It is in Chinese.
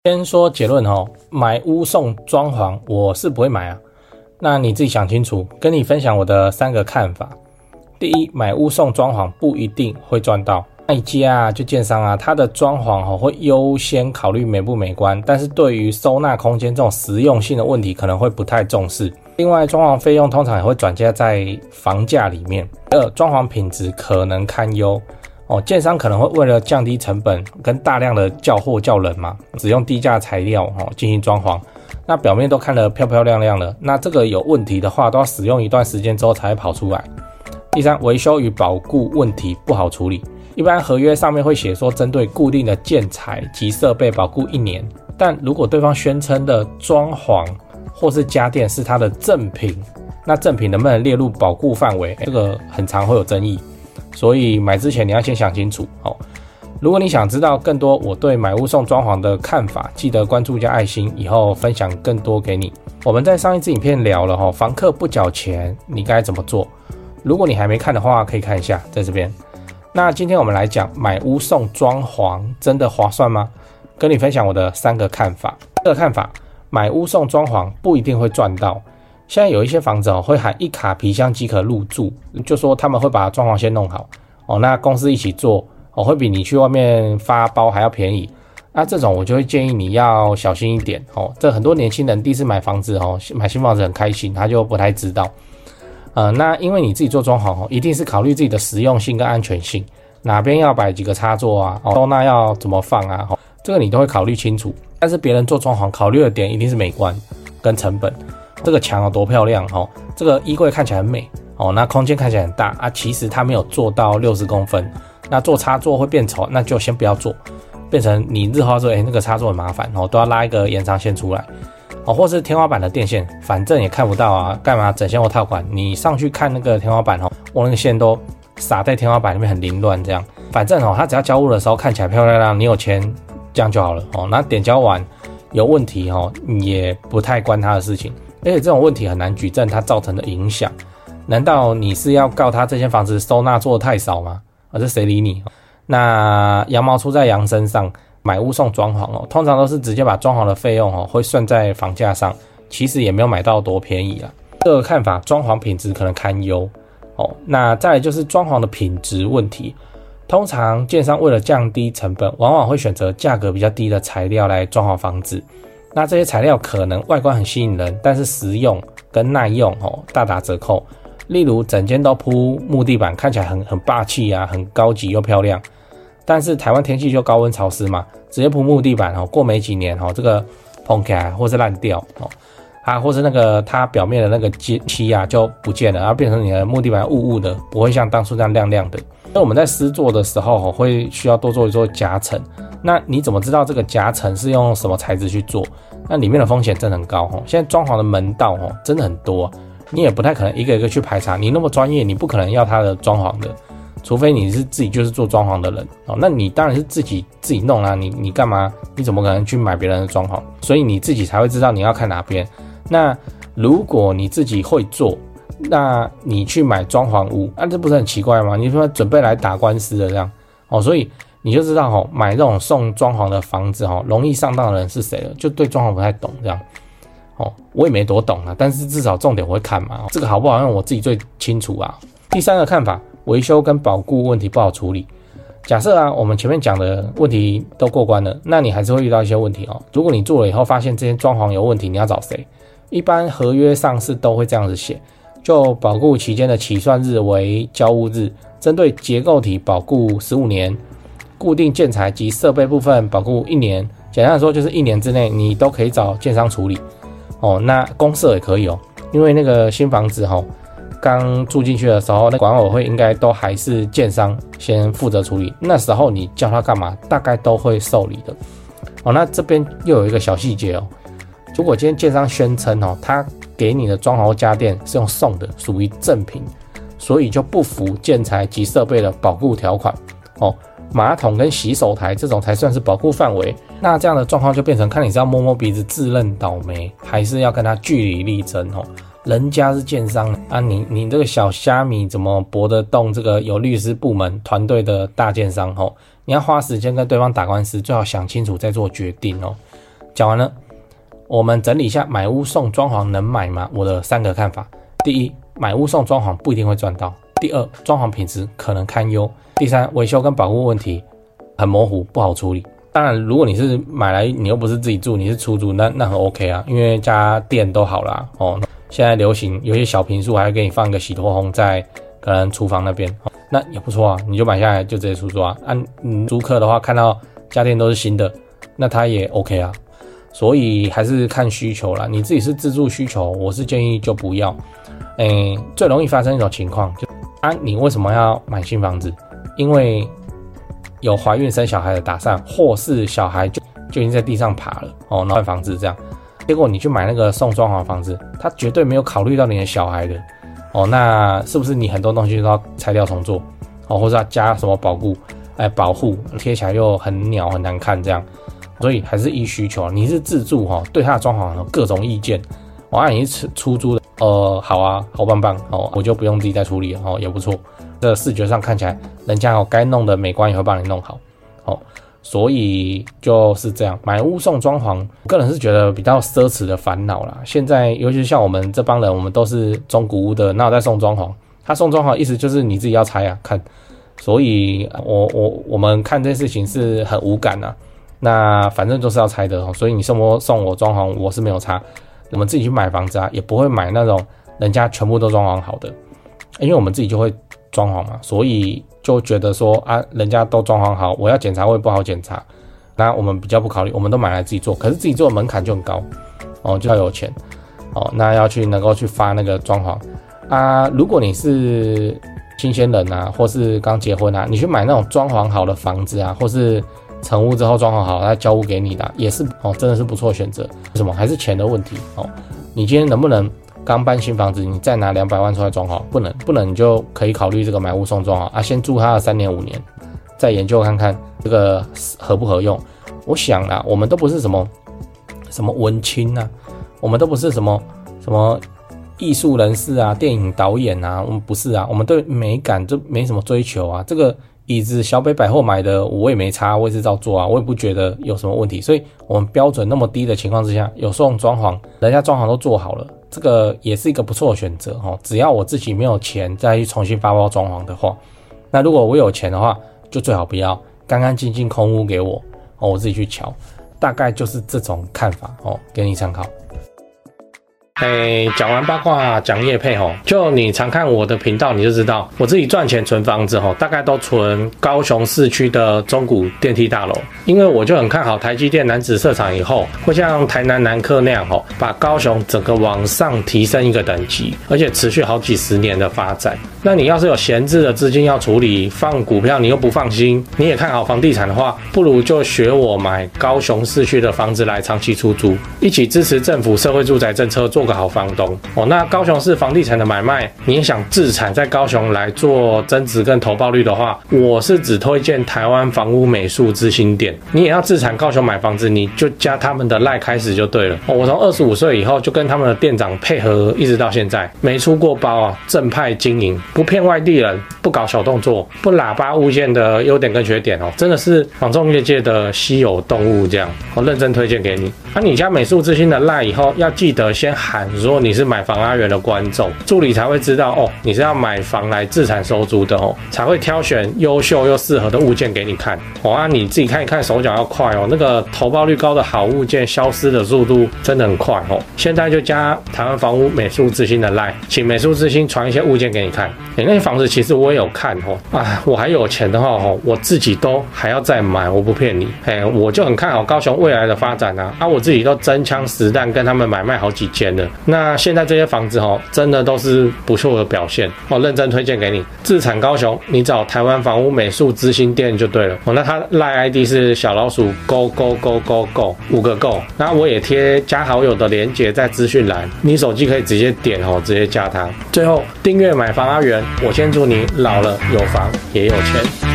先说结论买屋送装潢我是不会买啊，那你自己想清楚。跟你分享我的3个看法。第一，买屋送装潢不一定会赚到，卖家就建商他的装潢会优先考虑美不美观，但是对于收纳空间这种实用性的问题可能会不太重视。另外，装潢费用通常也会转嫁在房价里面。装潢品质可能堪忧。建商可能会为了降低成本跟大量的叫货叫人嘛，只用低价材料进行装潢，那表面都看得漂漂亮亮的，那这个有问题的话都要使用一段时间之后才会跑出来。第三，维修与保固问题不好处理，一般合约上面会写说针对固定的建材及设备保固1年，但如果对方宣称的装潢或是家电是他的赠品，那赠品能不能列入保固范围，这个很常会有争议。所以买之前你要先想清楚。如果你想知道更多我对买屋送装潢的看法，记得关注加爱心，以后分享更多给你。我们在上一支影片聊了房客不缴钱你该怎么做，如果你还没看的话可以看一下，在这边。那今天我们来讲买屋送装潢真的划算吗？跟你分享我的3个看法。第二个看法，买屋送装潢不一定会赚到。现在有一些房子会喊一卡皮箱即可入住，就说他们会把装潢先弄好那公司一起做会比你去外面发包还要便宜。那这种我就会建议你要小心一点这很多年轻人第一次买房子买新房子很开心，他就不太知道那因为你自己做装潢一定是考虑自己的实用性跟安全性，哪边要摆几个插座啊收纳要怎么放啊这个你都会考虑清楚。但是别人做装潢考虑的点一定是美观跟成本，这个墙有多漂亮这个衣柜看起来很美那空间看起来很大其实它没有做到60公分，那做插座会变丑，那就先不要做，变成你日后说那个插座很麻烦都要拉一个延长线出来或是天花板的电线反正也看不到干嘛整线或套管，你上去看那个天花板我那个线都撒在天花板里面很凌乱，这样反正它只要交屋的时候看起来漂亮亮，你有钱这样就好了那点交完有问题也不太关他的事情，而且这种问题很难举证它造成的影响。难道你是要告他这间房子收纳做得太少吗？这谁理你？那羊毛出在羊身上，买屋送装潢通常都是直接把装潢的费用会算在房价上，其实也没有买到多便宜啦。这个看法，装潢品质可能堪忧那再来就是装潢的品质问题。通常建商为了降低成本，往往会选择价格比较低的材料来装潢房子。那这些材料可能外观很吸引人，但是实用跟耐用大打折扣。例如整间都铺木地板，看起来很霸气很高级又漂亮。但是台湾天气就高温潮湿嘛，直接铺木地板过没几年这个蓬起来或是烂掉或是那个它表面的那个漆就不见了，然后变成你的木地板雾雾的，不会像当初这样亮亮的。所以我们在施作的时候会需要多做一做夹层。那你怎么知道这个夹层是用什么材质去做？那里面的风险真的很高现在装潢的门道真的很多你也不太可能一个一个去排查。你那么专业，你不可能要他的装潢的，除非你是自己就是做装潢的人那你当然是自己弄啦，你干嘛？你怎么可能去买别人的装潢？所以你自己才会知道你要看哪边。那如果你自己会做，那你去买装潢屋这不是很奇怪吗？你说准备来打官司的这样所以你就知道买这种送装潢的房子容易上当的人是谁了，就对装潢不太懂这样我也没多懂但是至少重点我会看嘛这个好不好用我自己最清楚第3个看法，维修跟保固问题不好处理。假设我们前面讲的问题都过关了，那你还是会遇到一些问题如果你做了以后发现这些装潢有问题，你要找谁？一般合约上是都会这样子写，就保固期间的起算日为交屋日，针对结构体保固15年，固定建材及设备部分保固1年。简单的说就是1年之内你都可以找建商处理那公设也可以因为那个新房子刚住进去的时候，那管委会应该都还是建商先负责处理，那时候你叫他干嘛大概都会受理的那这边又有一个小细节如果今天建商宣称他给你的装潢家电是用送的，属于赠品，所以就不符建材及设备的保固条款马桶跟洗手台这种才算是保固范围。那这样的状况就变成看你是要摸摸鼻子自认倒霉，还是要跟他据理力争人家是建商你这个小虾米怎么搏得动这个有律师部门团队的大建商你要花时间跟对方打官司，最好想清楚再做决定讲完了，我们整理一下买屋送装潢能买吗？我的3个看法。第一，买屋送装潢不一定会赚到。第二，装潢品质可能堪忧。第三，维修跟保护问题很模糊，不好处理。当然，如果你是买来，你又不是自己住，你是出租，那很 OK 啊，因为家电都好啦。现在流行有些小坪数还会给你放一个洗脱烘在可能厨房那边，那也不错啊，你就买下来就直接出租啊。租客的话看到家电都是新的，那他也 OK 啊。所以还是看需求啦，你自己是自住需求，我是建议就不要。最容易发生一种情况，你为什么要买新房子？因为有怀孕生小孩的打算，或是小孩就已经在地上爬了然后换房子这样。结果你去买那个送装潢房子，他绝对没有考虑到你的小孩的那是不是你很多东西都要拆掉重做或者要加什么保护，贴起来又很鸟很难看这样。所以还是依需求，你是自住对他的装潢有各种意见，你是出租的，好啊，好棒棒我就不用自己再处理了也不错。这视觉上看起来，人家该弄的美观也会帮你弄好所以就是这样，买屋送装潢，我个人是觉得比较奢侈的烦恼啦。现在尤其是像我们这帮人，我们都是中古屋的，哪有在送装潢？他送装潢意思就是你自己要拆啊，看。所以我们看这件事情是很无感啊。那反正都是要拆的所以你送我装潢，我是没有差。我们自己去买房子啊，也不会买那种人家全部都装潢好的，因为我们自己就会装潢嘛，所以就觉得说人家都装潢好，我要检查我也不好检查。那我们比较不考虑，我们都买来自己做，可是自己做的门槛就很高就要有钱那要能够去发那个装潢如果你是新鲜人啊，或是刚结婚啊，你去买那种装潢好的房子啊，或是成屋之后装潢好，他交屋给你的，也是真的是不错的选择。为什么？还是钱的问题你今天能不能刚搬新房子，你再拿200万出来装潢？不能，你就可以考虑这个买屋送装潢先住它的3年5年，再研究看看这个合不合用。我想啦，我们都不是什么文青啊，我们都不是什么艺术人士啊，电影导演啊，我们不是啊，我们对美感就没什么追求啊。这个椅子小北百货买的，我也没差，我也是照做啊，我也不觉得有什么问题。所以我们标准那么低的情况之下，有送装潢，人家装潢都做好了，这个也是一个不错的选择只要我自己没有钱再去重新发包装潢的话，那如果我有钱的话，就最好不要干干净净空屋给我我自己去瞧。大概就是这种看法给你参考。讲完八卦讲业配就你常看我的频道你就知道，我自己赚钱存房子大概都存高雄市区的中古电梯大楼，因为我就很看好台积电楠梓设厂以后会像台南南科那样把高雄整个往上提升一个等级，而且持续好几十年的发展。那你要是有闲置的资金要处理，放股票你又不放心，你也看好房地产的话，不如就学我买高雄市区的房子来长期出租，一起支持政府社会住宅政策，做个好房东那高雄市房地产的买卖，你也想自产在高雄来做增值跟投报率的话，我是只推荐台湾房屋美术之星店。你也要自产高雄买房子，你就加他们的赖开始就对了我从25岁以后就跟他们的店长配合，一直到现在没出过包正派经营，不骗外地人，不搞小动作，不喇叭物件的优点跟缺点真的是房仲业界的稀有动物这样认真推荐给你。你加美术之星的赖以后，要记得先喊说你是买房阿元的观众，助理才会知道你是要买房来自产收租的才会挑选优秀又适合的物件给你看你自己看一看，手脚要快那个投报率高的好物件消失的速度真的很快现在就加台湾房屋美术之星的赖，请美术之星传一些物件给你看那些房子其实我也有看我还有钱的话我自己都还要再买，我不骗你我就很看好高雄未来的发展我自己都真枪实弹跟他们买卖好几间了。那现在这些房子真的都是不错的表现认真推荐给你。自产高雄，你找台湾房屋美术之星店就对了那他赖 ID 是小老鼠 go 5个 go。那我也贴加好友的连结在资讯栏，你手机可以直接点直接加他。最后订阅买房阿元，我先祝你老了有房也有钱。